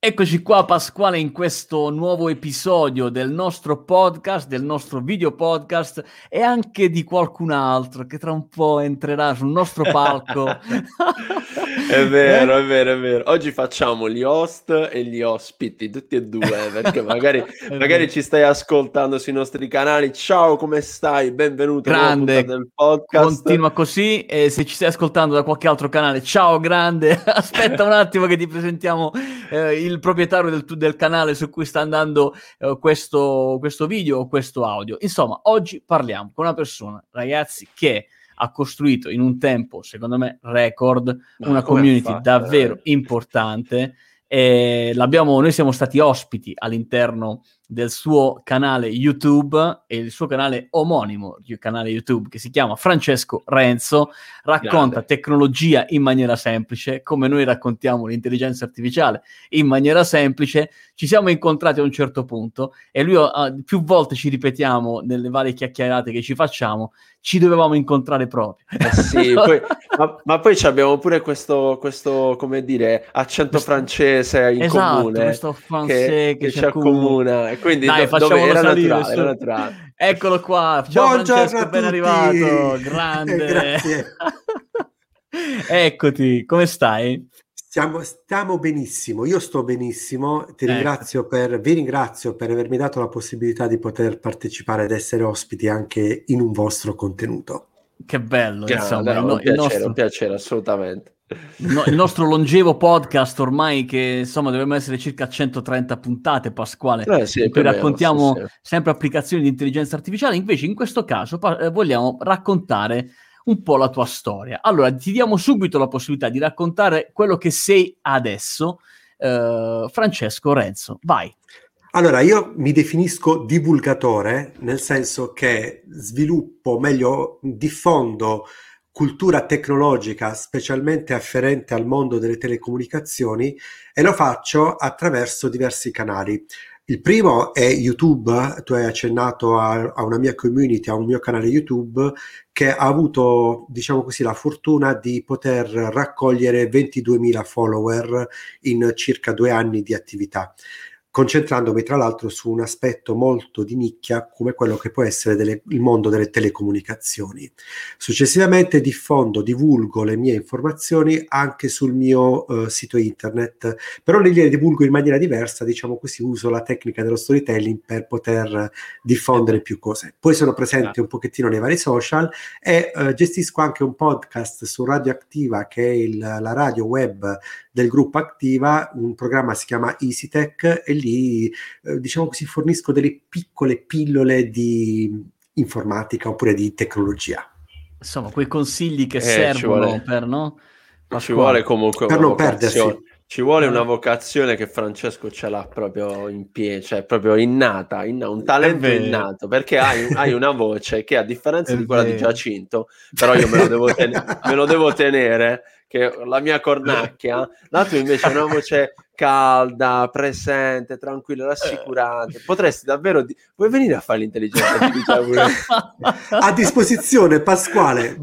Eccoci qua Pasquale in questo nuovo episodio del nostro podcast, del nostro video podcast e anche di qualcun altro che tra un po' entrerà sul nostro palco. È vero, è vero, è vero. Oggi facciamo gli host e gli ospiti, tutti e due, perché magari ci stai ascoltando sui nostri canali. Ciao, come stai? Benvenuto a una nuova puntata del podcast. Continua così e se ci stai ascoltando da qualche altro canale, ciao grande, aspetta un attimo che ti presentiamo il proprietario del canale su cui sta andando questo video o questo audio. Insomma, oggi parliamo con una persona, ragazzi, che ha costruito in un tempo, secondo me, record, una community davvero importante. Noi siamo stati ospiti all'interno del suo canale YouTube e il suo canale omonimo, il canale YouTube che si chiama Francesco Renzo, racconta tecnologia in maniera semplice, come noi raccontiamo l'intelligenza artificiale in maniera semplice. Ci siamo incontrati a un certo punto e lui più volte ci ripetiamo nelle varie chiacchierate che ci facciamo, ci dovevamo incontrare proprio. Sì, ma poi abbiamo pure questo come dire, accento francese in comune, questo francese che ci accomuna. Quindi dai, facciamolo era salire, naturale, era naturale. Eccolo qua, ciao Buongiorno Francesco, ben arrivato, grande. Grazie. Eccoti, come stai? Stiamo benissimo, io sto benissimo, vi ringrazio per avermi dato la possibilità di poter partecipare ed essere ospiti anche in un vostro contenuto. Che bello, insomma, un piacere, assolutamente. Il nostro longevo podcast ormai che insomma dovremmo essere circa 130 puntate, Pasquale, in cui raccontiamo sempre applicazioni di intelligenza artificiale. Invece in questo caso vogliamo raccontare un po' la tua storia. Allora ti diamo subito la possibilità di raccontare quello che sei adesso. Francesco Renzo, vai. Allora, io mi definisco divulgatore, nel senso che diffondo cultura tecnologica, specialmente afferente al mondo delle telecomunicazioni, e lo faccio attraverso diversi canali. Il primo è YouTube. Tu hai accennato a una mia community, a un mio canale YouTube che ha avuto, diciamo così, la fortuna di poter raccogliere 22.000 follower in circa 2 anni di attività, concentrandomi tra l'altro su un aspetto molto di nicchia come quello che può essere il mondo delle telecomunicazioni. Successivamente divulgo le mie informazioni anche sul mio sito internet, però le divulgo in maniera diversa, diciamo così, uso la tecnica dello storytelling per poter diffondere più cose. Poi sono presente un pochettino nei vari social e gestisco anche un podcast su Radio Activa, che è la radio web del gruppo Activa. Un programma si chiama EasyTech e lì diciamo così fornisco delle piccole pillole di informatica oppure di tecnologia. Insomma, quei consigli che servono ci vuole comunque per non perdersi. Ci vuole una vocazione che Francesco ce l'ha proprio in piedi, cioè proprio innata, un talento innato, perché hai una voce che, a differenza di quella di Giacinto, però io me lo devo tenere, che la mia cornacchia, la tua invece è una voce calda, presente, tranquilla, rassicurante. Potresti davvero vuoi venire a fare l'intelligenza artificiale? A disposizione, Pasquale.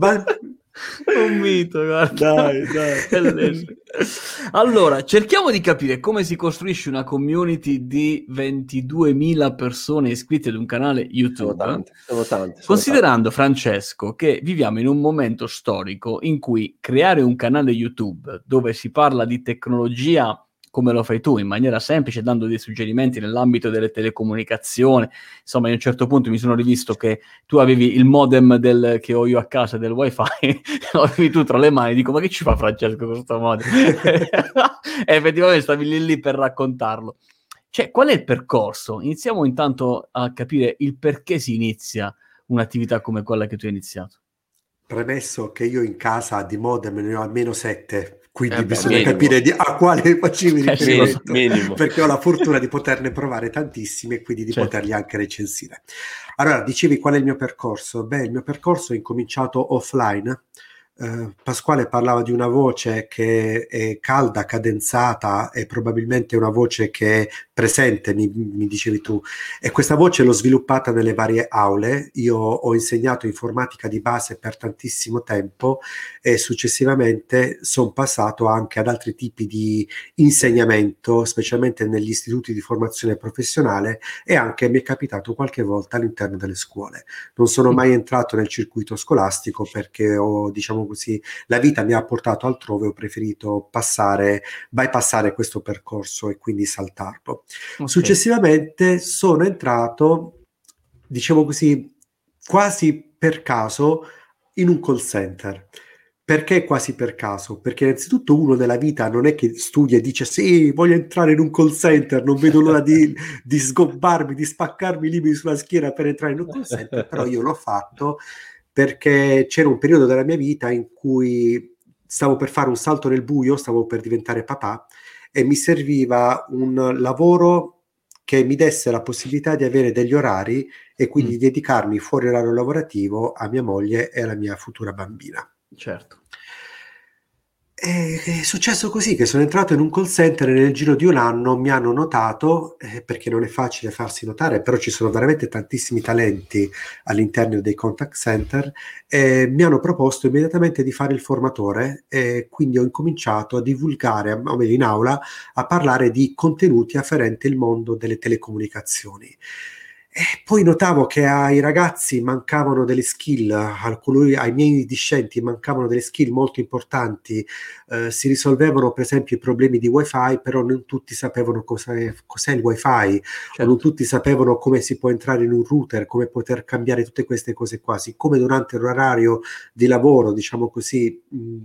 Un mito, guarda. Dai. Allora, cerchiamo di capire come si costruisce una community di 22.000 persone iscritte ad un canale YouTube. Sono tante. Considerando, Francesco, che viviamo in un momento storico in cui creare un canale YouTube dove si parla di tecnologia come lo fai tu, in maniera semplice, dando dei suggerimenti nell'ambito delle telecomunicazioni. Insomma, a un certo punto mi sono rivisto che tu avevi il modem che ho io a casa del wifi, lo avevi tu tra le mani, dico, ma che ci fa Francesco con questo modem? E effettivamente stavi lì per raccontarlo. Cioè, qual è il percorso? Iniziamo intanto a capire il perché si inizia un'attività come quella che tu hai iniziato. Premesso che io in casa di modem ne ho almeno 7, quindi bisogna capire a quale facevi riferimento, perché ho la fortuna di poterne provare tantissimi e quindi di poterli anche recensire. Allora, dicevi qual è il mio percorso? Beh, il mio percorso è incominciato offline, Pasquale parlava di una voce che è calda, cadenzata, e probabilmente una voce che è presente, mi dicevi tu, e questa voce l'ho sviluppata nelle varie aule. Io ho insegnato informatica di base per tantissimo tempo e successivamente sono passato anche ad altri tipi di insegnamento, specialmente negli istituti di formazione professionale, e anche mi è capitato qualche volta all'interno delle scuole. Non sono mai entrato nel circuito scolastico perché ho, diciamo così, la vita mi ha portato altrove, ho preferito bypassare questo percorso e quindi saltarlo. Ok. Successivamente sono entrato, diciamo così, quasi per caso in un call center. Perché quasi per caso? Perché innanzitutto uno nella vita non è che studia e dice sì, voglio entrare in un call center, non vedo l'ora di sgobbarmi, di spaccarmi i libri sulla schiena per entrare in un call center, però io l'ho fatto perché c'era un periodo della mia vita in cui stavo per fare un salto nel buio, stavo per diventare papà e mi serviva un lavoro che mi desse la possibilità di avere degli orari e quindi di dedicarmi fuori orario lavorativo a mia moglie e alla mia futura bambina. Certo. È successo così, che sono entrato in un call center e nel giro di un anno mi hanno notato, perché non è facile farsi notare, però ci sono veramente tantissimi talenti all'interno dei contact center, e mi hanno proposto immediatamente di fare il formatore, e quindi ho incominciato a divulgare, o meglio in aula, a parlare di contenuti afferenti al mondo delle telecomunicazioni. E poi notavo che ai ragazzi mancavano delle skill, ai miei discenti mancavano delle skill molto importanti. Si risolvevano per esempio i problemi di wifi, però non tutti sapevano cos'è il wifi, o non tutti sapevano come si può entrare in un router, come poter cambiare tutte queste cose qua. Siccome durante l'orario di lavoro, diciamo così,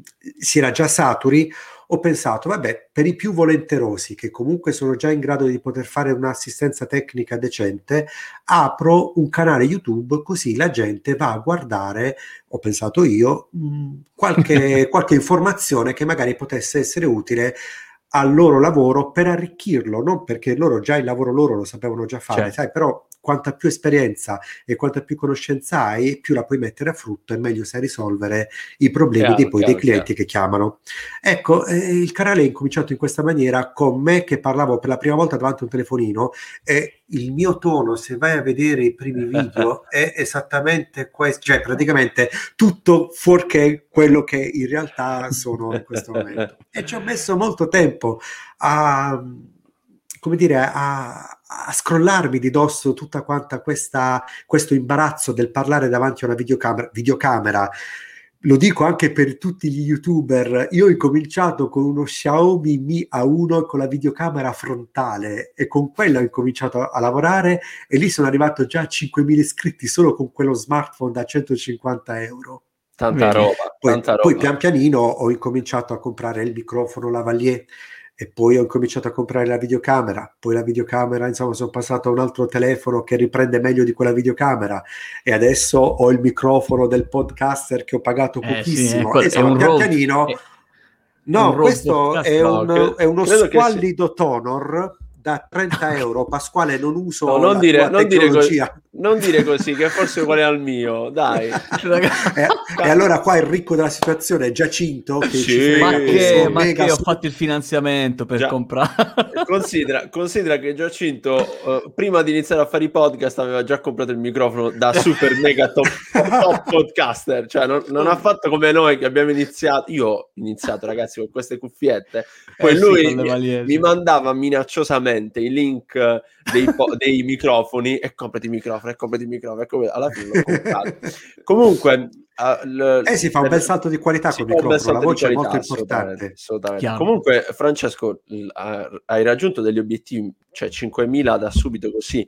si era già saturi, ho pensato, vabbè, per i più volenterosi, che comunque sono già in grado di poter fare un'assistenza tecnica decente, apro un canale YouTube, così la gente va a guardare, ho pensato io, qualche informazione che magari potesse essere utile al loro lavoro per arricchirlo, non perché loro già il lavoro loro lo sapevano già fare, Certo. sai, però quanta più esperienza e quanta più conoscenza hai, più la puoi mettere a frutto e meglio sai risolvere i problemi dei clienti che chiamano. Ecco, il canale è incominciato in questa maniera, con me che parlavo per la prima volta davanti a un telefonino, e il mio tono, se vai a vedere i primi video, è esattamente questo, cioè praticamente tutto fuorché quello che in realtà sono in questo momento. E ci ho messo molto tempo a, come dire, a scrollarmi di dosso tutta quanta questo imbarazzo del parlare davanti a una videocamera. Lo dico anche per tutti gli youtuber, io ho incominciato con uno Xiaomi Mi A1 con la videocamera frontale e con quella ho incominciato a lavorare, e lì sono arrivato già a 5.000 iscritti solo con quello smartphone da 150 euro. Tanta roba. Poi pian pianino ho incominciato a comprare il microfono lavalier, e poi ho incominciato a comprare la videocamera, poi la videocamera, insomma, sono passato a un altro telefono che riprende meglio di quella videocamera, e adesso ho il microfono del podcaster che ho pagato pochissimo. Sì, insomma, pian pianino. No, questo è uno squallido Tonor da 30 euro. Pasquale, non uso non dire tecnologia. Non dire così, che forse uguale al mio, dai. E allora qua il ricco della situazione è Giacinto, che sì, ma che ho fatto il finanziamento per comprare. Considera che Giacinto prima di iniziare a fare i podcast aveva già comprato il microfono da super mega top podcaster, cioè non ha fatto come noi che abbiamo iniziato. Io ho iniziato, ragazzi, con queste cuffiette, poi lui mi mandava minacciosamente i link dei microfoni, e comprati il microfono, alla fine l'ho comprato. Comunque si fa un bel salto di qualità con il microfono, la voce è molto importante. Assolutamente. Comunque, Francesco, hai raggiunto degli obiettivi, cioè 5.000 da subito così.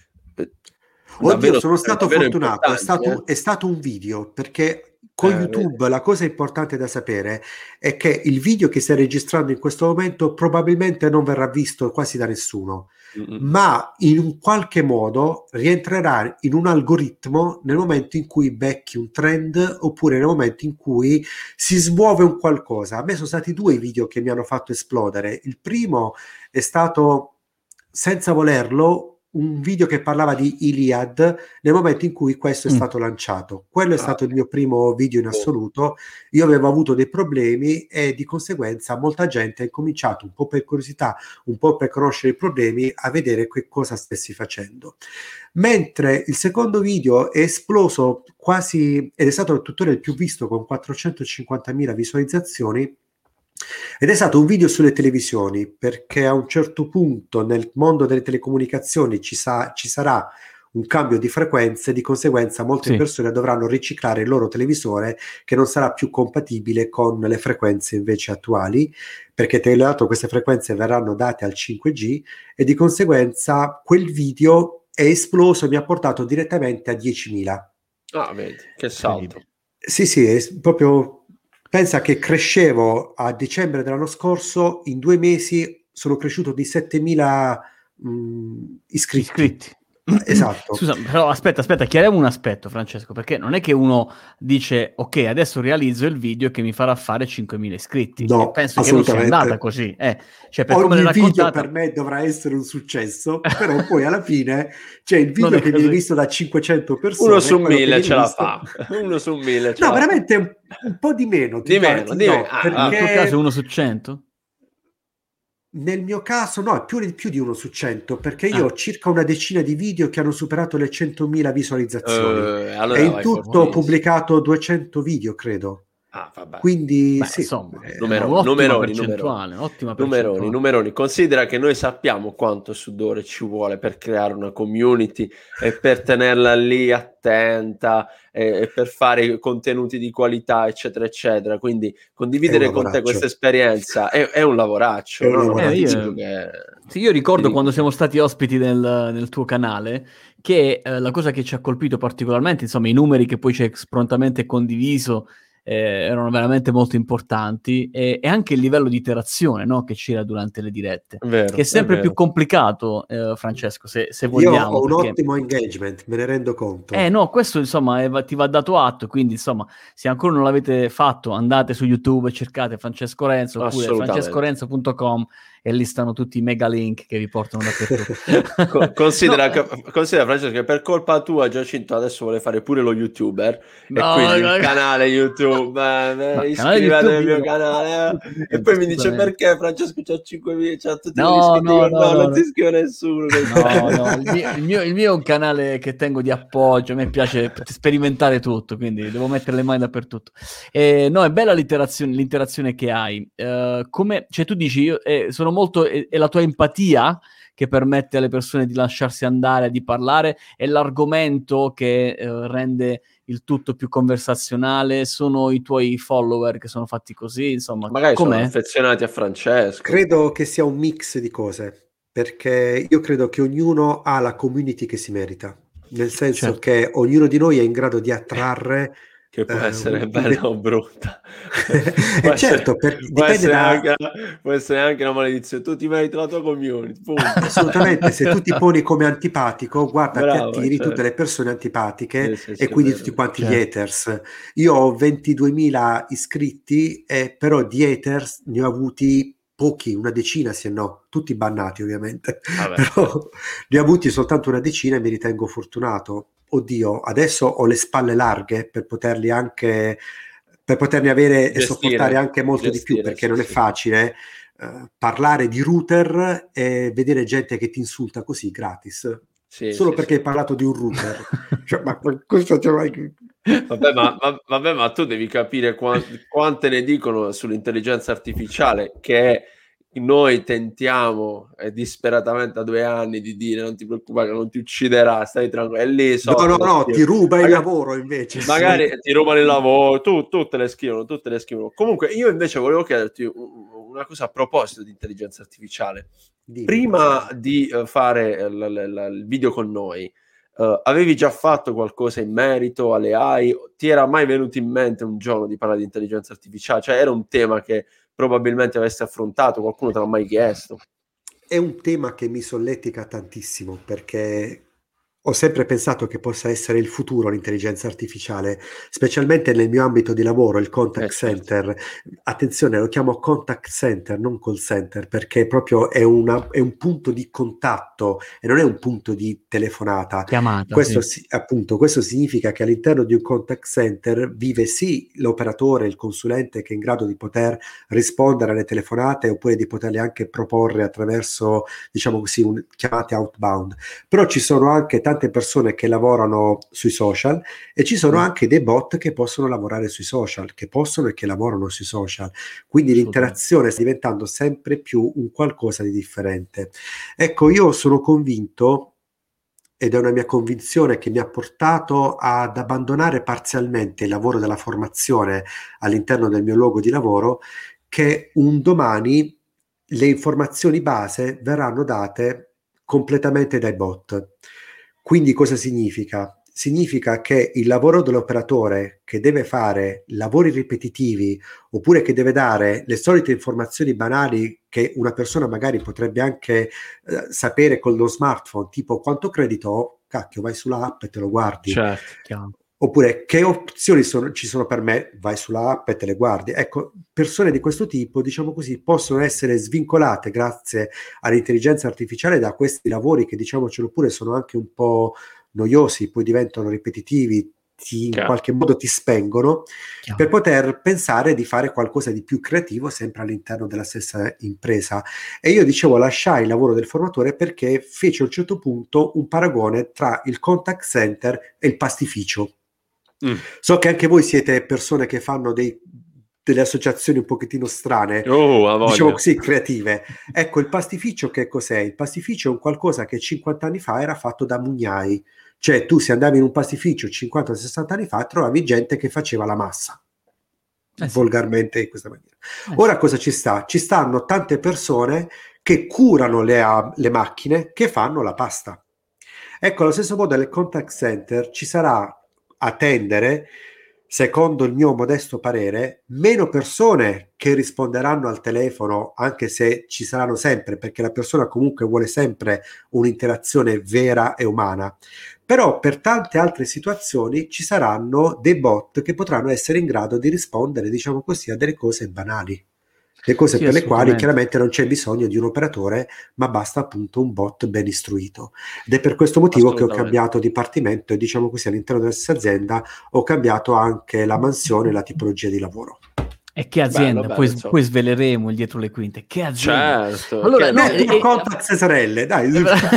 Oddio, sono stato fortunato, è stato un video, perché con YouTube la cosa importante da sapere è che il video che stai registrando in questo momento probabilmente non verrà visto quasi da nessuno, ma in un qualche modo rientrerà in un algoritmo nel momento in cui becchi un trend, oppure nel momento in cui si smuove un qualcosa. A me sono stati 2 i video che mi hanno fatto esplodere. Il primo è stato, senza volerlo, un video che parlava di Iliad nel momento in cui questo è stato lanciato. Quello è stato il mio primo video in assoluto. Io avevo avuto dei problemi e di conseguenza molta gente ha incominciato, un po' per curiosità, un po' per conoscere i problemi, a vedere che cosa stessi facendo. Mentre il secondo video è esploso quasi, ed è stato tuttora il più visto con 450.000 visualizzazioni, ed è stato un video sulle televisioni, perché a un certo punto nel mondo delle telecomunicazioni ci sarà un cambio di frequenze, di conseguenza molte persone dovranno riciclare il loro televisore, che non sarà più compatibile con le frequenze invece attuali, perché dato queste frequenze verranno date al 5G, e di conseguenza quel video è esploso e mi ha portato direttamente a 10.000. Ah, vedi, che salto. Sì, è proprio... Pensa che crescevo a dicembre dell'anno scorso, in 2 mesi sono cresciuto di 7.000 iscritti. Esatto. Scusa, però aspetta, chiariamo un aspetto, Francesco, perché non è che uno dice ok, adesso realizzo il video che mi farà fare 5.000 iscritti. No, penso che non sia andata così. Cioè, per ogni come l'hai raccontata... video per me dovrà essere un successo, però poi alla fine c'è il video che viene visto da 500 persone. 1 su 1000 ce la fa. 1 su 1000 ce no, la veramente un po' di meno. Di meno. Perché... Nel tuo caso 1 su 100? Nel mio caso no, è più di 1 su 100, perché io ho circa una decina di video che hanno superato le 100.000 visualizzazioni, allora e in tutto ho pubblicato 200 video, credo. Vabbè. Quindi beh, sì, insomma, numeroni. Considera che noi sappiamo quanto sudore ci vuole per creare una community e per tenerla lì attenta e per fare contenuti di qualità, eccetera, eccetera. Quindi condividere con te questa esperienza è un lavoraccio. Io ricordo quando siamo stati ospiti nel tuo canale che la cosa che ci ha colpito particolarmente, insomma, i numeri che poi ci hai prontamente condiviso erano veramente molto importanti, e anche il livello di interazione, no, che c'era durante le dirette, che è sempre più complicato, Francesco, se vogliamo. Io ho un ottimo engagement, me ne rendo conto. No, questo insomma ti va dato atto, quindi insomma, se ancora non l'avete fatto, andate su YouTube e cercate Francesco Renzo, oppure francescorenzo.com, e lì stanno tutti i mega link che vi portano dappertutto. Considera Francesco che per colpa tua Giacinto adesso vuole fare pure lo YouTuber, e quindi il canale YouTube, iscrivetevi al mio canale, e poi mi dice perché Francesco c'ha 5.000, c'ha tutti gli iscritti, non si iscrive nessuno. Il mio è un canale che tengo di appoggio, a me piace sperimentare tutto, quindi devo mettere le mani dappertutto. No, è bella l'interazione che hai, come, cioè tu dici, sono molto, è la tua empatia che permette alle persone di lasciarsi andare, di parlare, è l'argomento che rende il tutto più conversazionale, sono i tuoi follower che sono fatti così, insomma. Magari sono affezionati a Francesco. Credo che sia un mix di cose, perché io credo che ognuno ha la community che si merita, nel senso che ognuno di noi è in grado di attrarre, che può essere bella o brutta. Certo, può essere anche una maledizione. Tu ti meriti la tua community, punto. Assolutamente, se tu ti poni come antipatico, guarda, ti attiri tutte le persone antipatiche, e quindi tutti quanti gli haters. Io ho 22.000 iscritti, però di haters ne ho avuti pochi, una decina, se no, tutti bannati ovviamente. Però ne ho avuti soltanto una decina e mi ritengo fortunato. Oddio, adesso ho le spalle larghe per poterli avere e sopportare anche molto di più, perché non è facile parlare di router e vedere gente che ti insulta così gratis, solo perché hai parlato di un router. Cioè, ma questo vabbè, ma tu devi capire quante ne dicono sull'intelligenza artificiale, che noi tentiamo disperatamente a 2 anni di dire non ti preoccupare che non ti ucciderà, stai tranquillo, e lì no, ti ruba il lavoro invece. Magari ti rubano il lavoro, tutte le scrivono. Comunque io invece volevo chiederti una cosa a proposito di intelligenza artificiale. Prima di fare il video con noi, avevi già fatto qualcosa in merito alle AI? Ti era mai venuto in mente un giorno di parlare di intelligenza artificiale? Cioè era un tema che probabilmente avresti affrontato, qualcuno te l'ha mai chiesto? È un tema che mi solletica tantissimo, perché ho sempre pensato che possa essere il futuro l'intelligenza artificiale, specialmente nel mio ambito di lavoro, il contact center. Attenzione, lo chiamo contact center, non call center, perché proprio è un punto di contatto e non è un punto di telefonata. Chiamata, questo, sì. appunto, questo significa che all'interno di un contact center vive sì l'operatore, il consulente che è in grado di poter rispondere alle telefonate oppure di poterle anche proporre attraverso, diciamo così, chiamate outbound. Però ci sono anche tante persone che lavorano sui social e ci sono anche dei bot che possono lavorare sui social, che possono e che lavorano sui social. Quindi l'interazione sta diventando sempre più un qualcosa di differente. Ecco, io sono convinto, ed è una mia convinzione che mi ha portato ad abbandonare parzialmente il lavoro della formazione all'interno del mio luogo di lavoro, che un domani le informazioni base verranno date completamente dai bot. Quindi cosa significa? Significa che il lavoro dell'operatore che deve fare lavori ripetitivi oppure che deve dare le solite informazioni banali che una persona magari potrebbe anche sapere con lo smartphone, tipo quanto credito ho, cacchio, vai sulla app e te lo guardi. Certo. Oppure ci sono per me, vai sulla app e te le guardi. Ecco, persone di questo tipo, diciamo così, possono essere svincolate grazie all'intelligenza artificiale da questi lavori che, diciamocelo pure, sono anche un po' noiosi, poi diventano ripetitivi, in qualche modo ti spengono, per poter pensare di fare qualcosa di più creativo sempre all'interno della stessa impresa. E io dicevo, lasciai il lavoro del formatore perché feci a un certo punto un paragone tra il contact center e il pastificio. So che anche voi siete persone che fanno delle associazioni un pochettino strane, diciamo così, creative. Ecco, il pastificio che cos'è? Il pastificio è un qualcosa che 50 anni fa era fatto da mugnai. Cioè tu se andavi in un pastificio 50-60 anni fa trovavi gente che faceva la massa, volgarmente in questa maniera. Ora cosa ci sta? Ci stanno tante persone che curano le macchine che fanno la pasta. Ecco, allo stesso modo nel contact center ci sarà a tendere, secondo il mio modesto parere, meno persone che risponderanno al telefono, anche se ci saranno sempre, perché la persona comunque vuole sempre un'interazione vera e umana. Però per tante altre situazioni ci saranno dei bot che potranno essere in grado di rispondere, diciamo così, a delle cose banali. Le cose per le quali chiaramente non c'è bisogno di un operatore, ma basta appunto un bot ben istruito. Ed è per questo motivo che ho cambiato dipartimento e, diciamo così, all'interno della stessa azienda ho cambiato anche la mansione e la tipologia di lavoro. E che azienda? Poi sveleremo il dietro le quinte. Che azienda? Certo. Allora, contact Cesarelle, dai.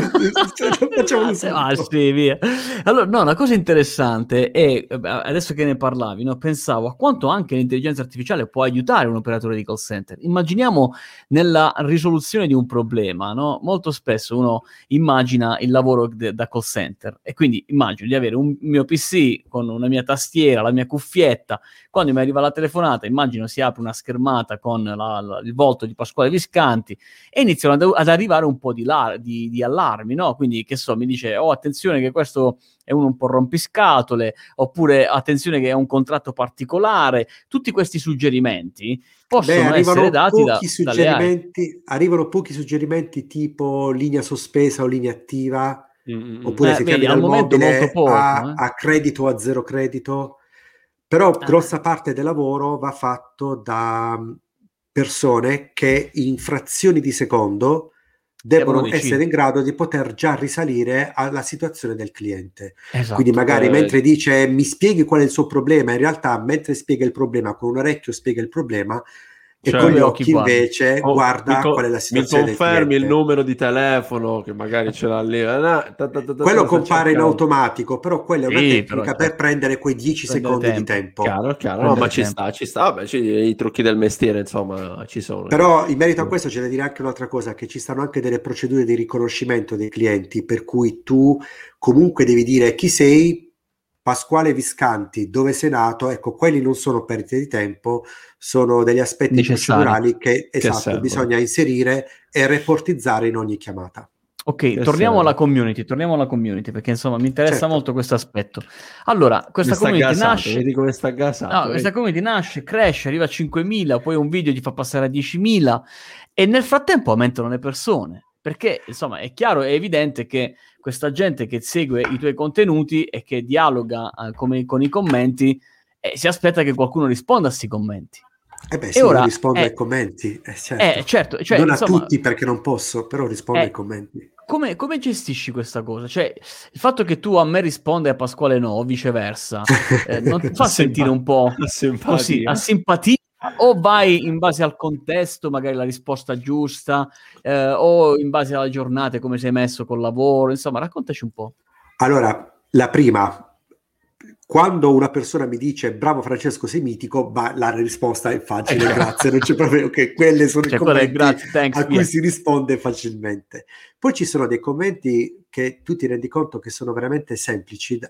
Facciamo sì, via. Allora, no, una cosa interessante è, adesso che ne parlavi, no, pensavo a quanto anche l'intelligenza artificiale può aiutare un operatore di call center. Immaginiamo nella risoluzione di un problema, no? Molto spesso uno immagina il lavoro da call center e quindi immagino di avere un mio PC con una mia tastiera, la mia cuffietta. Quando mi arriva la telefonata, immagino si apre una schermata con il volto di Pasquale Viscanti e iniziano ad arrivare un po' di allarmi, no? Quindi, che so, mi dice, attenzione che questo è uno un po' rompiscatole, oppure attenzione che è un contratto particolare. Tutti questi suggerimenti possono essere dati dalle AI. Arrivano pochi suggerimenti tipo linea sospesa o linea attiva, oppure se chiami dal mobile molto poco, a credito o a zero credito. Però grossa parte del lavoro va fatto da persone che in frazioni di secondo devono essere in grado di poter già risalire alla situazione del cliente. Esatto. Quindi magari mentre dice mi spieghi qual è il suo problema, in realtà mentre spiega il problema con un orecchio spiega il problema e con gli occhi invece guarda qual è la situazione del cliente. Mi confermi il numero di telefono che magari ce l'ha lì. Quello compare in automatico, però quella è una tecnica per prendere quei 10 secondi di tempo. Chiaro. No, ma ci sta. Vabbè, i trucchi del mestiere, insomma, ci sono. Però in merito a questo c'è da dire anche un'altra cosa, che ci stanno anche delle procedure di riconoscimento dei clienti, per cui tu comunque devi dire chi sei, Pasquale Viscanti, dove sei nato. Ecco, quelli non sono perdite di tempo, sono degli aspetti procedurali che bisogna inserire e reportizzare in ogni chiamata. Ok, torniamo alla community, perché insomma mi interessa molto questo aspetto. Allora, questa community nasce, vedi come sta gasato, questa community nasce, cresce, arriva a 5.000, poi un video ti fa passare a 10.000 e nel frattempo aumentano le persone. Perché, insomma, è chiaro, è evidente che questa gente che segue i tuoi contenuti e che dialoga con i commenti, si aspetta che qualcuno risponda a questi commenti. Sì, ora, io rispondo ai commenti, certo, cioè, non insomma, a tutti perché non posso, però rispondo ai commenti. Come gestisci questa cosa? Cioè, il fatto che tu a me risponda e a Pasquale no, o viceversa, non ti fa sentire un po' così, a simpatia? O vai in base al contesto, magari la risposta giusta, o in base alla giornata, come sei messo col lavoro, insomma, raccontaci un po'. Allora, la prima, quando una persona mi dice bravo Francesco, sei mitico, la risposta è facile, grazie, non c'è proprio che quelle sono i commenti a cui si risponde facilmente. Poi ci sono dei commenti che tu ti rendi conto che sono veramente semplici,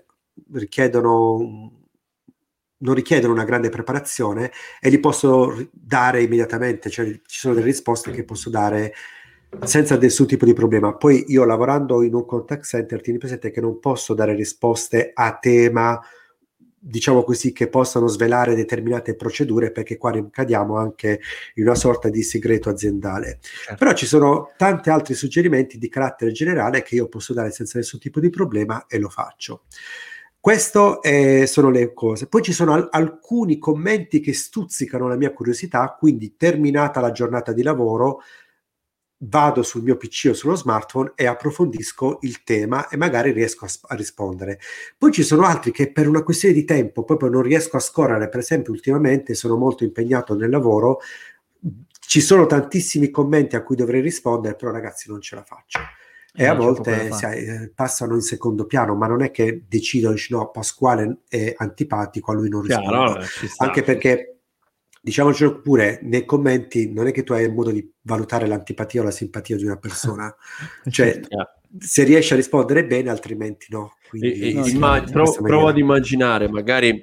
non richiedono una grande preparazione e li posso dare immediatamente, cioè ci sono delle risposte che posso dare senza nessun tipo di problema. Poi io, lavorando in un contact center, tieni presente che non posso dare risposte a tema, diciamo così, che possano svelare determinate procedure, perché qua ricadiamo anche in una sorta di segreto aziendale. Certo. Però ci sono tanti altri suggerimenti di carattere generale che io posso dare senza nessun tipo di problema e lo faccio. Questo sono le cose. Poi ci sono alcuni commenti che stuzzicano la mia curiosità, quindi terminata la giornata di lavoro vado sul mio PC o sullo smartphone e approfondisco il tema e magari riesco a rispondere. Poi ci sono altri che per una questione di tempo proprio non riesco a scorrere. Per esempio, ultimamente sono molto impegnato nel lavoro, ci sono tantissimi commenti a cui dovrei rispondere, però ragazzi non ce la faccio. E a volte passano in secondo piano, ma non è che decido, no, Pasquale è antipatico, a lui non rispondo. Anche perché, diciamocelo pure, nei commenti non è che tu hai il modo di valutare l'antipatia o la simpatia di una persona, cioè se riesci a rispondere bene, altrimenti no. Quindi, provo ad immaginare magari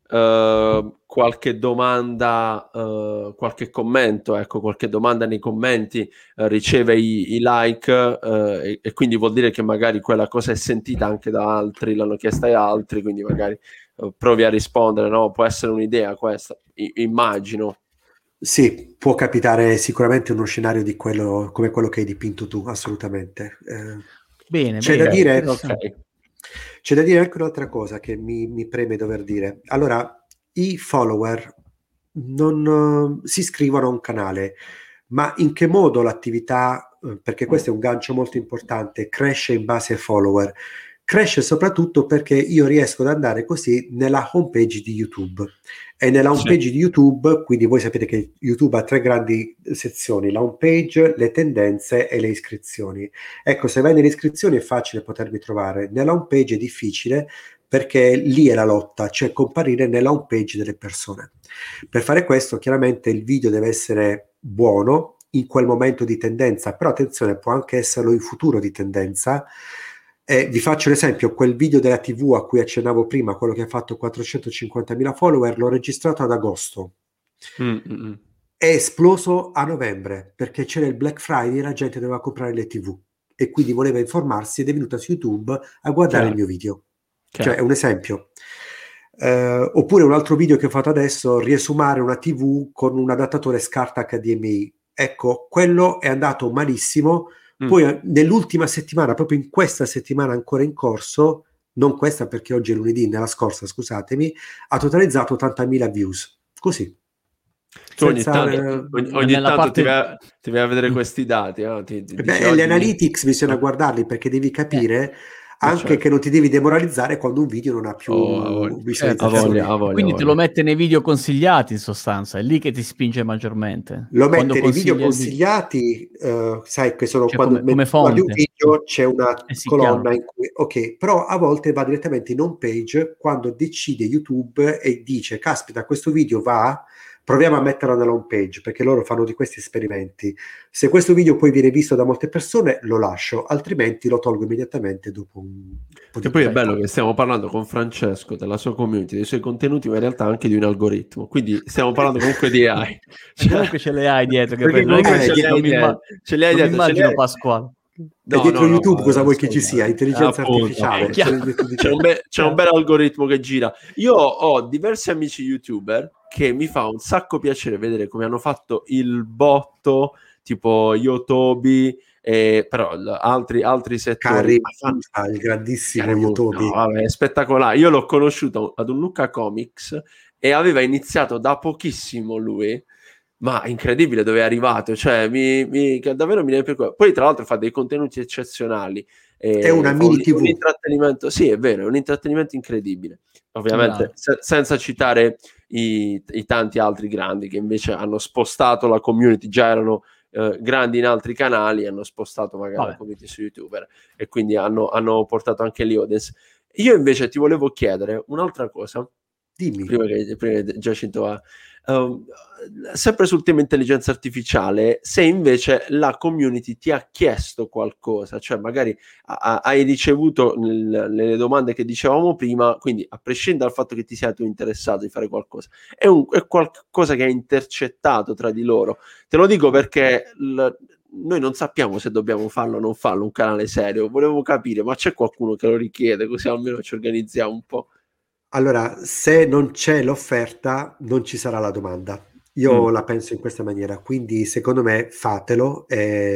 qualche domanda, qualche commento, ecco, qualche domanda nei commenti riceve i like, e quindi vuol dire che magari quella cosa è sentita anche da altri, l'hanno chiesta agli altri, quindi magari provi a rispondere, no? Può essere un'idea questa, immagino. Sì, può capitare sicuramente uno scenario di quello, come quello che hai dipinto tu, assolutamente. Bene, c'è da dire, c'è da dire anche un'altra cosa che mi preme dover dire. Allora, i follower non si iscrivono a un canale, ma in che modo l'attività, perché questo è un gancio molto importante, cresce in base ai follower? Cresce soprattutto perché io riesco ad andare così nella homepage di YouTube, e nella homepage di YouTube, quindi voi sapete che YouTube ha 3 grandi sezioni: la homepage, le tendenze e le iscrizioni. Ecco, se vai nelle iscrizioni è facile potermi trovare, nella homepage è difficile perché lì è la lotta, cioè comparire nella homepage delle persone. Per fare questo chiaramente il video deve essere buono in quel momento di tendenza, però attenzione, può anche esserlo in futuro di tendenza. Vi faccio l'esempio: quel video della TV a cui accennavo prima, quello che ha fatto 450.000 follower, l'ho registrato ad agosto. È esploso a novembre perché c'era il Black Friday e la gente doveva comprare le TV e quindi voleva informarsi ed è venuta su YouTube a guardare il mio video. Cioè, è un esempio. Oppure un altro video che ho fatto adesso: riesumare una TV con un adattatore SCART HDMI. Ecco, quello è andato malissimo. Poi nell'ultima settimana, proprio in questa settimana ancora in corso, non questa perché oggi è lunedì, nella scorsa, scusatemi, ha totalizzato 80.000 views. Così. Tu ogni tanto ti vai a vedere questi dati. Gli analytics bisogna guardarli, perché devi capire anche che non ti devi demoralizzare quando un video non ha più visualizzazioni. Quindi te lo mette nei video consigliati, in sostanza, è lì che ti spinge maggiormente. Lo mette nei video consigliati, sai che sono, quando come fonte. Guardi un video c'è una colonna in cui però a volte va direttamente in home page quando decide YouTube e dice: caspita, questo video va, proviamo a metterlo nella home page, perché loro fanno di questi esperimenti. Se questo video poi viene visto da molte persone, lo lascio, altrimenti lo tolgo immediatamente dopo un po' di tempo. E poi è bello che stiamo parlando con Francesco della sua community, dei suoi contenuti, ma in realtà anche di un algoritmo, quindi stiamo parlando comunque di AI. Comunque ce le hai dietro, che ce le hai dietro, immagino Pasquale. No, dietro YouTube cosa vuoi che ci sia? Intelligenza artificiale. C'è un bel algoritmo che gira. Io ho diversi amici YouTuber che mi fa un sacco piacere vedere come hanno fatto il botto, tipo Yotobi, però altri settori. Il grandissimo Yotobi. No, vabbè, è spettacolare. Io l'ho conosciuto ad un Lucca Comics e aveva iniziato da pochissimo lui, ma incredibile dove è arrivato, cioè davvero mi ne piace. Poi tra l'altro fa dei contenuti eccezionali, è una mini TV, un intrattenimento, sì, è vero, è un intrattenimento incredibile, ovviamente senza citare i tanti altri grandi che invece hanno spostato la community, già erano grandi in altri canali, hanno spostato magari la community su YouTuber e quindi hanno portato anche lì audience. Io invece ti volevo chiedere un'altra cosa. Dimmi. Prima che Giacinto va, sempre sul tema intelligenza artificiale, se invece la community ti ha chiesto qualcosa, cioè magari hai ricevuto le domande che dicevamo prima, quindi a prescindere dal fatto che ti sia tu interessato di fare qualcosa, è qualcosa che hai intercettato tra di loro. Te lo dico perché noi non sappiamo se dobbiamo farlo o non farlo, un canale serio, volevo capire, ma c'è qualcuno che lo richiede, così almeno ci organizziamo un po'. Allora, se non c'è l'offerta, non ci sarà la domanda. Io la penso in questa maniera, quindi secondo me fatelo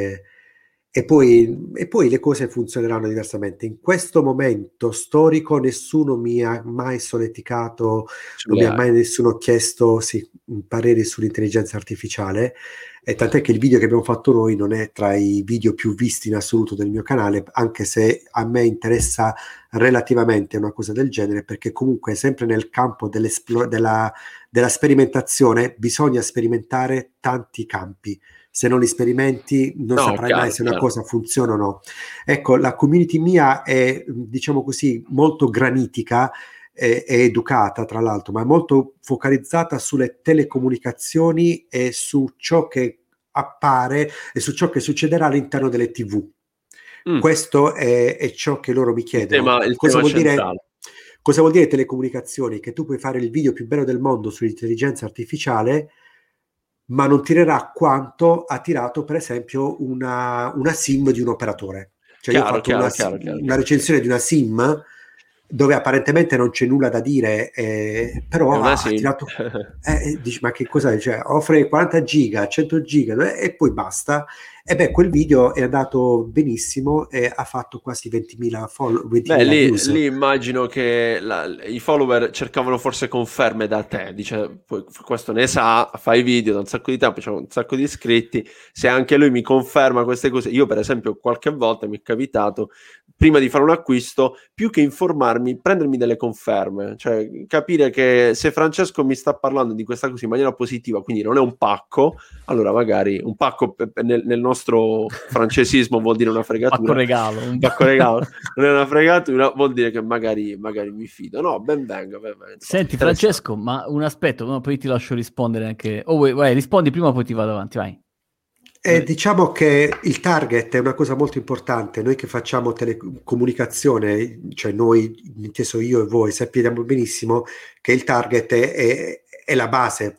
e poi le cose funzioneranno diversamente. In questo momento storico nessuno mi ha mai solleticato, non mi ha mai nessuno chiesto pareri sull'intelligenza artificiale, e tant'è che il video che abbiamo fatto noi non è tra i video più visti in assoluto del mio canale, anche se a me interessa relativamente una cosa del genere, perché comunque sempre nel campo della sperimentazione bisogna sperimentare tanti campi. Se non li sperimenti non saprai mai se una cosa funziona o no. Ecco, la community mia è, diciamo così, molto granitica e educata, tra l'altro, ma è molto focalizzata sulle telecomunicazioni e su ciò che appare e su ciò che succederà all'interno delle TV. Questo è ciò che loro mi chiedono. Cosa vuol dire telecomunicazioni? Che tu puoi fare il video più bello del mondo sull'intelligenza artificiale, ma non tirerà quanto ha tirato per esempio una SIM di un operatore. Cioè io ho fatto una recensione di una SIM dove apparentemente non c'è nulla da dire, però ha tirato dici, ma che cos'è? Cioè, offre 40 giga, 100 giga e poi basta. E beh, quel video è andato benissimo e ha fatto quasi 20.000 views. Lì immagino che i follower cercavano forse conferme da te, dice questo ne sa, fa i video da un sacco di tempo, c'è un sacco di iscritti, se anche lui mi conferma queste cose. Io per esempio qualche volta mi è capitato, prima di fare un acquisto, più che informarmi, prendermi delle conferme, cioè capire che se Francesco mi sta parlando di questa cosa in maniera positiva, quindi non è un pacco, allora magari un pacco nel nostro francesismo vuol dire una fregatura. Un pacco regalo. Non è una fregatura, vuol dire che magari mi fido. No, ben venga. Senti Francesco, ma un aspetto, no, poi ti lascio rispondere anche. Vai, rispondi prima, poi ti vado avanti, vai. Diciamo che il target è una cosa molto importante. Noi che facciamo telecomunicazione, cioè noi, inteso io e voi, sappiamo benissimo che il target è la base.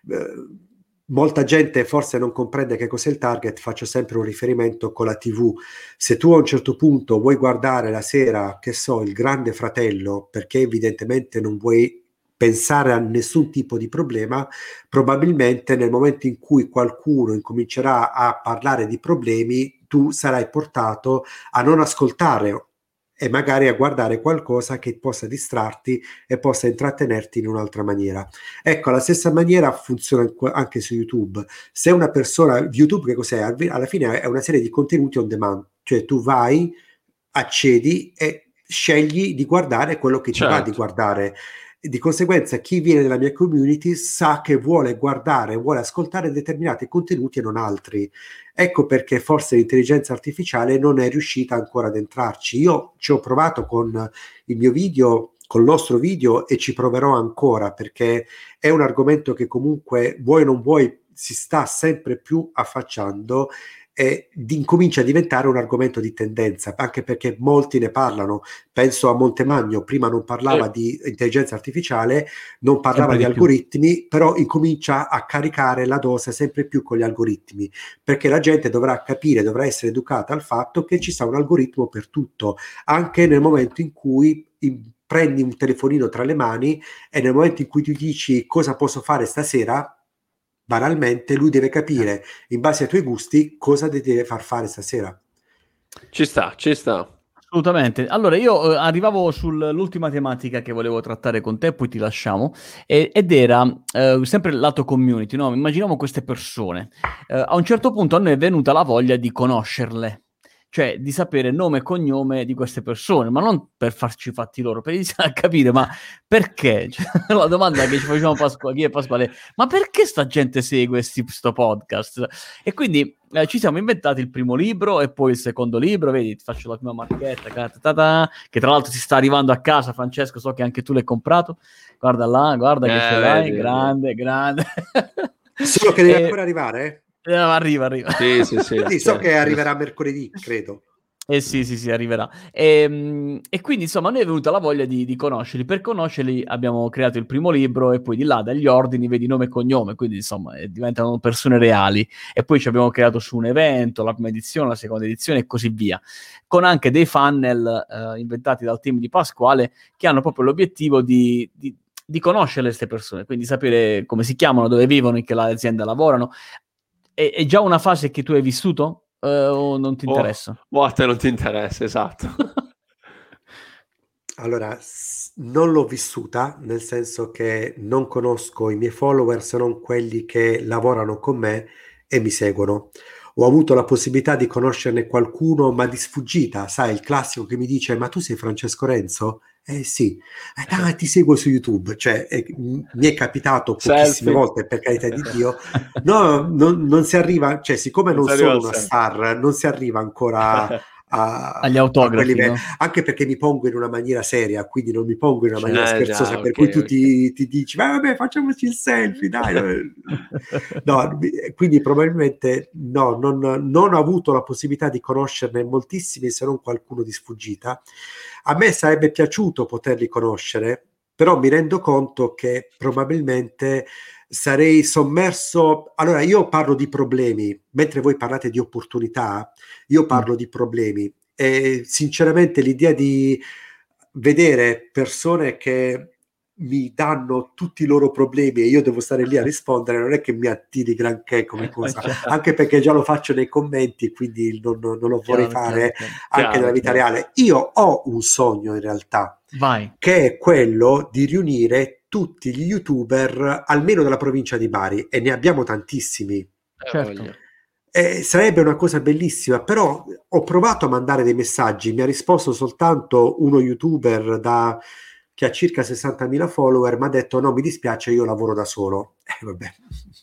Molta gente forse non comprende che cos'è il target. Faccio sempre un riferimento con la TV. Se tu a un certo punto vuoi guardare la sera, che so, il Grande Fratello, perché evidentemente non vuoi pensare a nessun tipo di problema, probabilmente nel momento in cui qualcuno incomincerà a parlare di problemi, tu sarai portato a non ascoltare e magari a guardare qualcosa che possa distrarti e possa intrattenerti in un'altra maniera. Ecco, la stessa maniera funziona anche su YouTube. Se una persona, YouTube che cos'è? Alla fine è una serie di contenuti on demand, cioè tu vai, accedi e scegli di guardare quello che ti va di guardare. Di conseguenza chi viene nella mia community sa che vuole guardare, vuole ascoltare determinati contenuti e non altri. Ecco perché forse l'intelligenza artificiale non è riuscita ancora ad entrarci. Io ci ho provato con il mio video, col nostro video, e ci proverò ancora, perché è un argomento che comunque, vuoi o non vuoi, si sta sempre più affacciando e incomincia a diventare un argomento di tendenza, anche perché molti ne parlano. Penso a Montemagno, prima non parlava di intelligenza artificiale, non parlava di algoritmi, però incomincia a caricare la dose sempre più con gli algoritmi, perché la gente dovrà capire, dovrà essere educata al fatto che ci sta un algoritmo per tutto, anche nel momento in cui prendi un telefonino tra le mani e nel momento in cui tu dici cosa posso fare stasera, banalmente lui deve capire in base ai tuoi gusti cosa ti deve far fare stasera. Ci sta. Assolutamente. Allora, io arrivavo sull'ultima tematica che volevo trattare con te, poi ti lasciamo, ed era sempre il lato community, no? Immaginiamo queste persone. A un certo punto a noi è venuta la voglia di conoscerle, cioè di sapere nome e cognome di queste persone, ma non per farci i fatti loro, per iniziare a capire, ma perché? Cioè, la domanda che ci facevamo chi è Pasquale, ma perché sta gente segue sto podcast? E quindi ci siamo inventati il primo libro e poi il secondo libro, vedi, ti faccio la prima marchetta, che tra l'altro si sta arrivando a casa, Francesco, so che anche tu l'hai comprato, guarda là, guarda che ce l'hai, vedi. grande. Solo che deve ancora arrivare? Arriva. Sì. Sì, so che arriverà mercoledì, credo. Sì, arriverà. E quindi, insomma, a noi è venuta la voglia di conoscerli. Per conoscerli abbiamo creato il primo libro e poi di là, dagli ordini, vedi nome e cognome, quindi, insomma, diventano persone reali. E poi ci abbiamo creato su un evento, la prima edizione, la seconda edizione e così via, con anche dei funnel inventati dal team di Pasquale che hanno proprio l'obiettivo di conoscere queste persone, quindi sapere come si chiamano, dove vivono, in che azienda lavorano. È già una fase che tu hai vissuto? O non ti interessa? A te non ti interessa, esatto. Allora, non l'ho vissuta, nel senso che non conosco i miei follower se non quelli che lavorano con me e mi seguono. Ho avuto la possibilità di conoscerne qualcuno, ma di sfuggita, sai, il classico che mi dice: ma tu sei Francesco Renzo? Sì, ti seguo su YouTube. Cioè, mi è capitato pochissime volte, per carità di Dio. No, non si arriva, cioè, siccome non sono una star, non si arriva ancora agli autografi, no? Anche perché mi pongo in una maniera seria, quindi non mi pongo in una maniera scherzosa, per cui tu ti dici: vabbè, facciamoci il selfie, dai. No, quindi probabilmente no, non ho avuto la possibilità di conoscerne moltissimi, se non qualcuno di sfuggita. A me sarebbe piaciuto poterli conoscere, però mi rendo conto che probabilmente sarei sommerso. Allora, io parlo di problemi, mentre voi parlate di opportunità, io parlo di problemi. E sinceramente l'idea di vedere persone che mi danno tutti i loro problemi e io devo stare lì a rispondere non è che mi attiri granché come cosa, anche perché già lo faccio nei commenti, quindi non lo vorrei fare anche nella vita reale. Io ho un sogno in realtà, che è quello di riunire tutti gli youtuber almeno della provincia di Bari, e ne abbiamo tantissimi. Certo. Sarebbe una cosa bellissima, però ho provato a mandare dei messaggi, mi ha risposto soltanto uno youtuber che ha circa 60.000 follower, mi ha detto: no, mi dispiace, io lavoro da solo. Vabbè.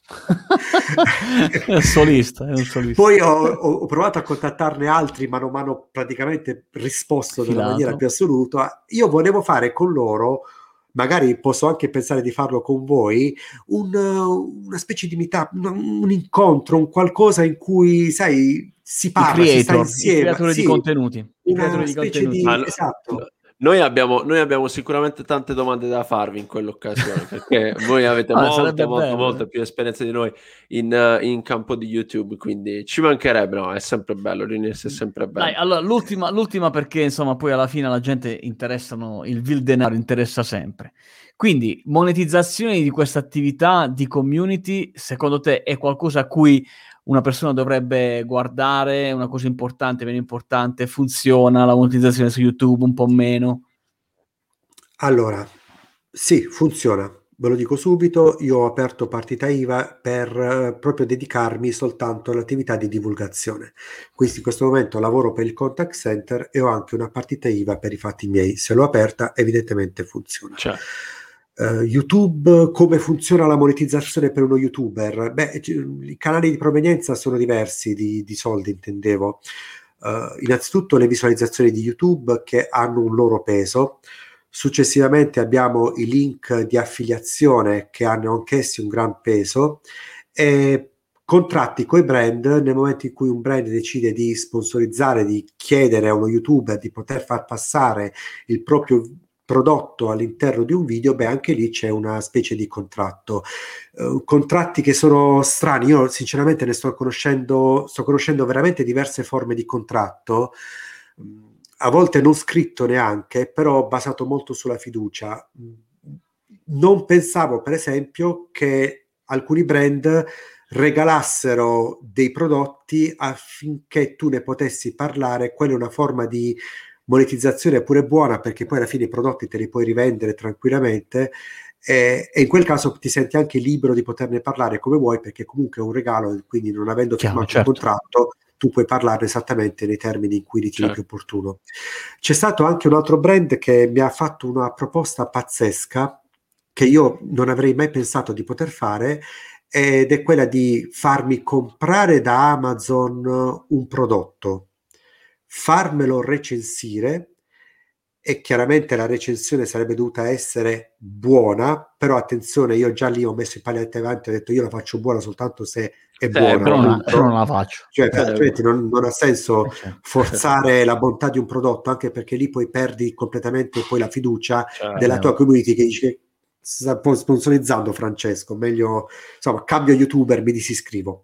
È un solista. Poi ho provato a contattarne altri, ma non mi hanno praticamente risposto nella maniera più assoluta. Io volevo fare con loro, magari posso anche pensare di farlo con voi, una specie di meetup, un incontro, un qualcosa in cui, sai, si parla, si sta insieme. I creatori di contenuti. Una specie di... Esatto. Noi abbiamo sicuramente tante domande da farvi in quell'occasione, perché voi avete molto più esperienza di noi in campo di YouTube, quindi ci mancherebbe. No, è sempre bello, riunirsi è sempre bello. Dai, allora l'ultima perché insomma poi alla fine la gente il vil denaro interessa sempre. Quindi monetizzazione di questa attività di community, secondo te è qualcosa a cui una persona dovrebbe guardare, una cosa importante, meno importante? Funziona la monetizzazione su YouTube, un po' meno? Allora, sì, funziona. Ve lo dico subito, io ho aperto partita IVA per proprio dedicarmi soltanto all'attività di divulgazione. Quindi in questo momento lavoro per il contact center e ho anche una partita IVA per i fatti miei. Se l'ho aperta, evidentemente funziona. YouTube, come funziona la monetizzazione per uno youtuber? Beh, i canali di provenienza sono diversi di soldi, intendevo. Innanzitutto le visualizzazioni di YouTube che hanno un loro peso. Successivamente abbiamo i link di affiliazione che hanno anch'essi un gran peso, e contratti con i brand. Nel momento in cui un brand decide di sponsorizzare, di chiedere a uno youtuber di poter far passare il proprio prodotto all'interno di un video, beh, anche lì c'è una specie di contratto. Contratti che sono strani. Io sinceramente ne sto conoscendo veramente diverse forme di contratto, a volte non scritto neanche, però basato molto sulla fiducia. Non pensavo, per esempio, che alcuni brand regalassero dei prodotti affinché tu ne potessi parlare. Quella è una forma di monetizzazione pure buona, perché poi alla fine i prodotti te li puoi rivendere tranquillamente, e in quel caso ti senti anche libero di poterne parlare come vuoi, perché comunque è un regalo, quindi non avendo firmato un contratto tu puoi parlarne esattamente nei termini in cui ritieni più opportuno. C'è stato anche un altro brand che mi ha fatto una proposta pazzesca che io non avrei mai pensato di poter fare, ed è quella di farmi comprare da Amazon un prodotto, farmelo recensire, e chiaramente la recensione sarebbe dovuta essere buona, però attenzione, io già lì ho messo i paletti avanti, ho detto io la faccio buona soltanto se è buona, però non la faccio, cioè altrimenti non ha senso forzare la bontà di un prodotto, anche perché lì poi perdi completamente poi la fiducia della tua community, che dice sta un po' sponsorizzando Francesco, meglio insomma cambio youtuber, mi disiscrivo,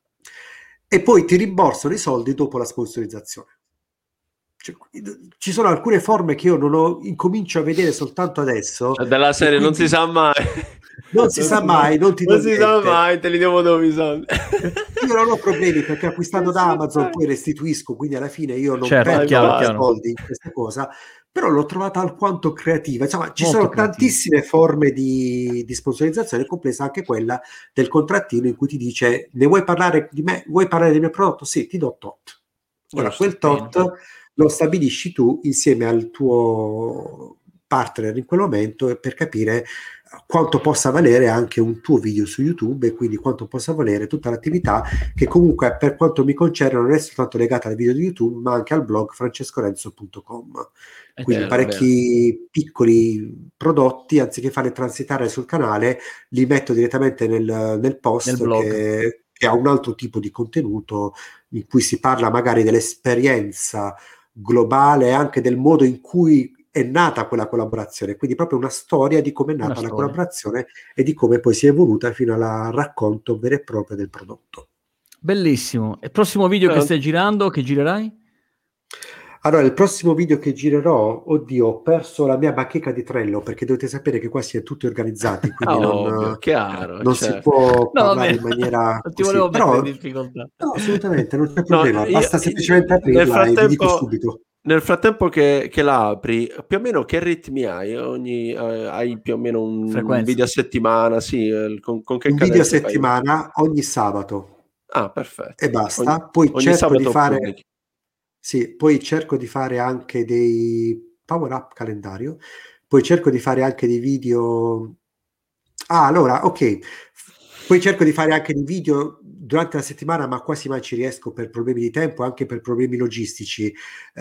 e poi ti rimborsano i soldi dopo la sponsorizzazione. Cioè, ci sono alcune forme che io non ho, incomincio a vedere soltanto adesso, cioè, della serie non si sa mai, non si sa mai, non ti non si sa mai, te li devo dove i soldi. Io non ho problemi, perché acquistando da Amazon poi restituisco, quindi alla fine io non perdo soldi in questa cosa, però l'ho trovata alquanto creativa. Insomma, ci sono tantissime forme di sponsorizzazione, compresa anche quella del contrattino in cui ti dice: ne vuoi parlare di me, vuoi parlare del mio prodotto? Sì, ti do tot. Ora quel tot lo stabilisci tu insieme al tuo partner in quel momento, per capire quanto possa valere anche un tuo video su YouTube, e quindi quanto possa valere tutta l'attività, che comunque per quanto mi concerne non è soltanto legata al video di YouTube, ma anche al blog francescorenzo.com. Quindi parecchi piccoli prodotti, anziché farli transitare sul canale, li metto direttamente nel post, che ha un altro tipo di contenuto, in cui si parla magari dell'esperienza globale e anche del modo in cui è nata quella collaborazione, quindi proprio una storia di come è nata la collaborazione e di come poi si è evoluta fino al racconto vero e proprio del prodotto. Bellissimo. E il prossimo video che stai girando, che girerai? Allora, il prossimo video che girerò, oddio, ho perso la mia bacheca di Trello, perché dovete sapere che qua si è tutti organizzati, quindi non si può parlare in maniera non ti volevo mettere in difficoltà. No, assolutamente, non c'è problema, basta semplicemente aprirla e vi dico subito. Nel frattempo che la apri, più o meno che ritmi hai? Hai più o meno un video a settimana? Sì, con che un video a settimana ogni sabato. Ah, perfetto. E basta. Poi cerco di fare... Sì, poi cerco di fare anche dei power up calendario, poi cerco di fare anche dei video. Allora, ok. Poi cerco di fare anche dei video durante la settimana, ma quasi mai ci riesco per problemi di tempo, anche per problemi logistici.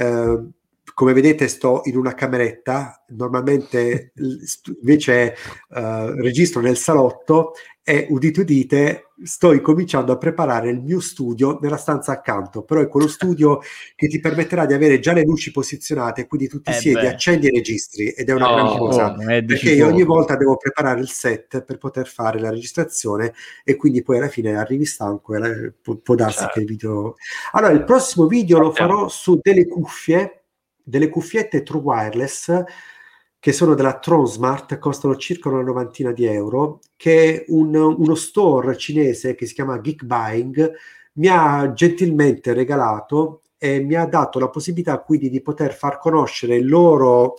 Come vedete sto in una cameretta, normalmente invece registro nel salotto, e udite udite sto incominciando a preparare il mio studio nella stanza accanto, però è quello studio che ti permetterà di avere già le luci posizionate, quindi tu ti siedi, accendi e registri, ed è una gran cosa, perché io ogni volta devo preparare il set per poter fare la registrazione, e quindi poi alla fine arrivi stanco e può darsi che il video... Allora, il prossimo video lo farò su delle cuffiette True Wireless, che sono della Tronsmart, costano circa una novantina di euro, che uno store cinese che si chiama Geek Buying mi ha gentilmente regalato, e mi ha dato la possibilità quindi di poter far conoscere il loro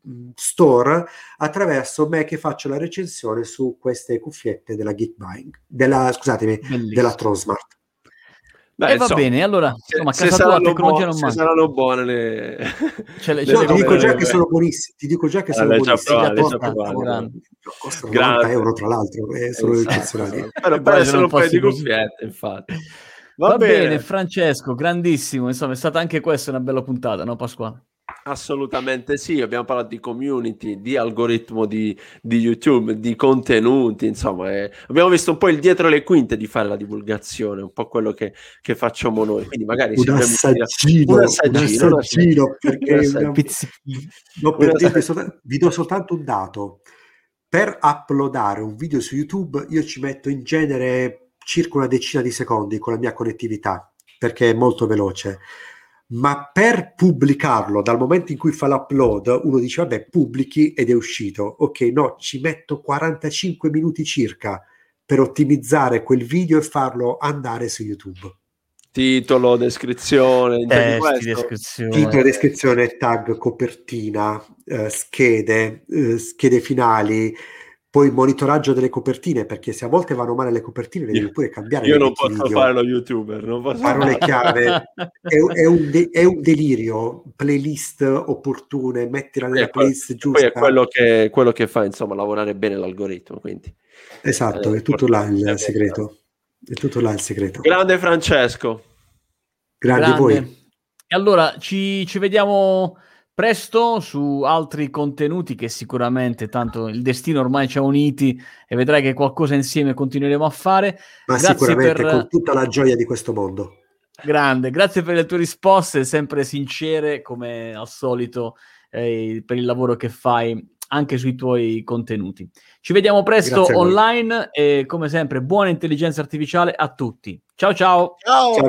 store attraverso me che faccio la recensione su queste cuffiette della Geek Buying, della Tronsmart. Beh, va bene, allora insomma, casa tua tecnologia non manca. Se saranno buone le ti dico già che sono buonissime. Ti dico già che sono buonissime. Costano 90 euro, tra l'altro, sono eccezionali. Per essere un paio di cuffiette, infatti. Va bene, Francesco, grandissimo. Insomma, è stata anche questa una bella puntata, no, Pasquale? Assolutamente sì, abbiamo parlato di community, di algoritmo di YouTube, di contenuti, insomma, abbiamo visto un po' il dietro le quinte di fare la divulgazione, un po' quello che facciamo noi, quindi magari un assaggino, perché vi do soltanto un dato: per uploadare un video su YouTube io ci metto in genere circa una decina di secondi con la mia connettività, perché è molto veloce. Ma per pubblicarlo, dal momento in cui fa l'upload, uno dice vabbè, pubblichi ed è uscito. Ok, no, ci metto 45 minuti circa per ottimizzare quel video e farlo andare su YouTube. Titolo, descrizione, testi, descrizione. Titolo, descrizione, tag, copertina, schede finali, poi monitoraggio delle copertine, perché se a volte vanno male le copertine le devi pure cambiare. Io non posso fare lo YouTuber, non posso parole chiave, è un delirio. Playlist opportune, mettila nella playlist giusta. Poi è quello che fa, insomma, lavorare bene l'algoritmo, quindi. Esatto, è tutto là il segreto. È tutto là il segreto. Grande Francesco. Grande voi. E allora ci vediamo presto su altri contenuti che sicuramente, tanto il destino ormai ci ha uniti e vedrai che qualcosa insieme continueremo a fare. Ma grazie sicuramente con tutta la gioia di questo mondo. Grande, grazie per le tue risposte, sempre sincere come al solito, per il lavoro che fai anche sui tuoi contenuti. Ci vediamo presto online e come sempre buona intelligenza artificiale a tutti. Ciao ciao. Ciao.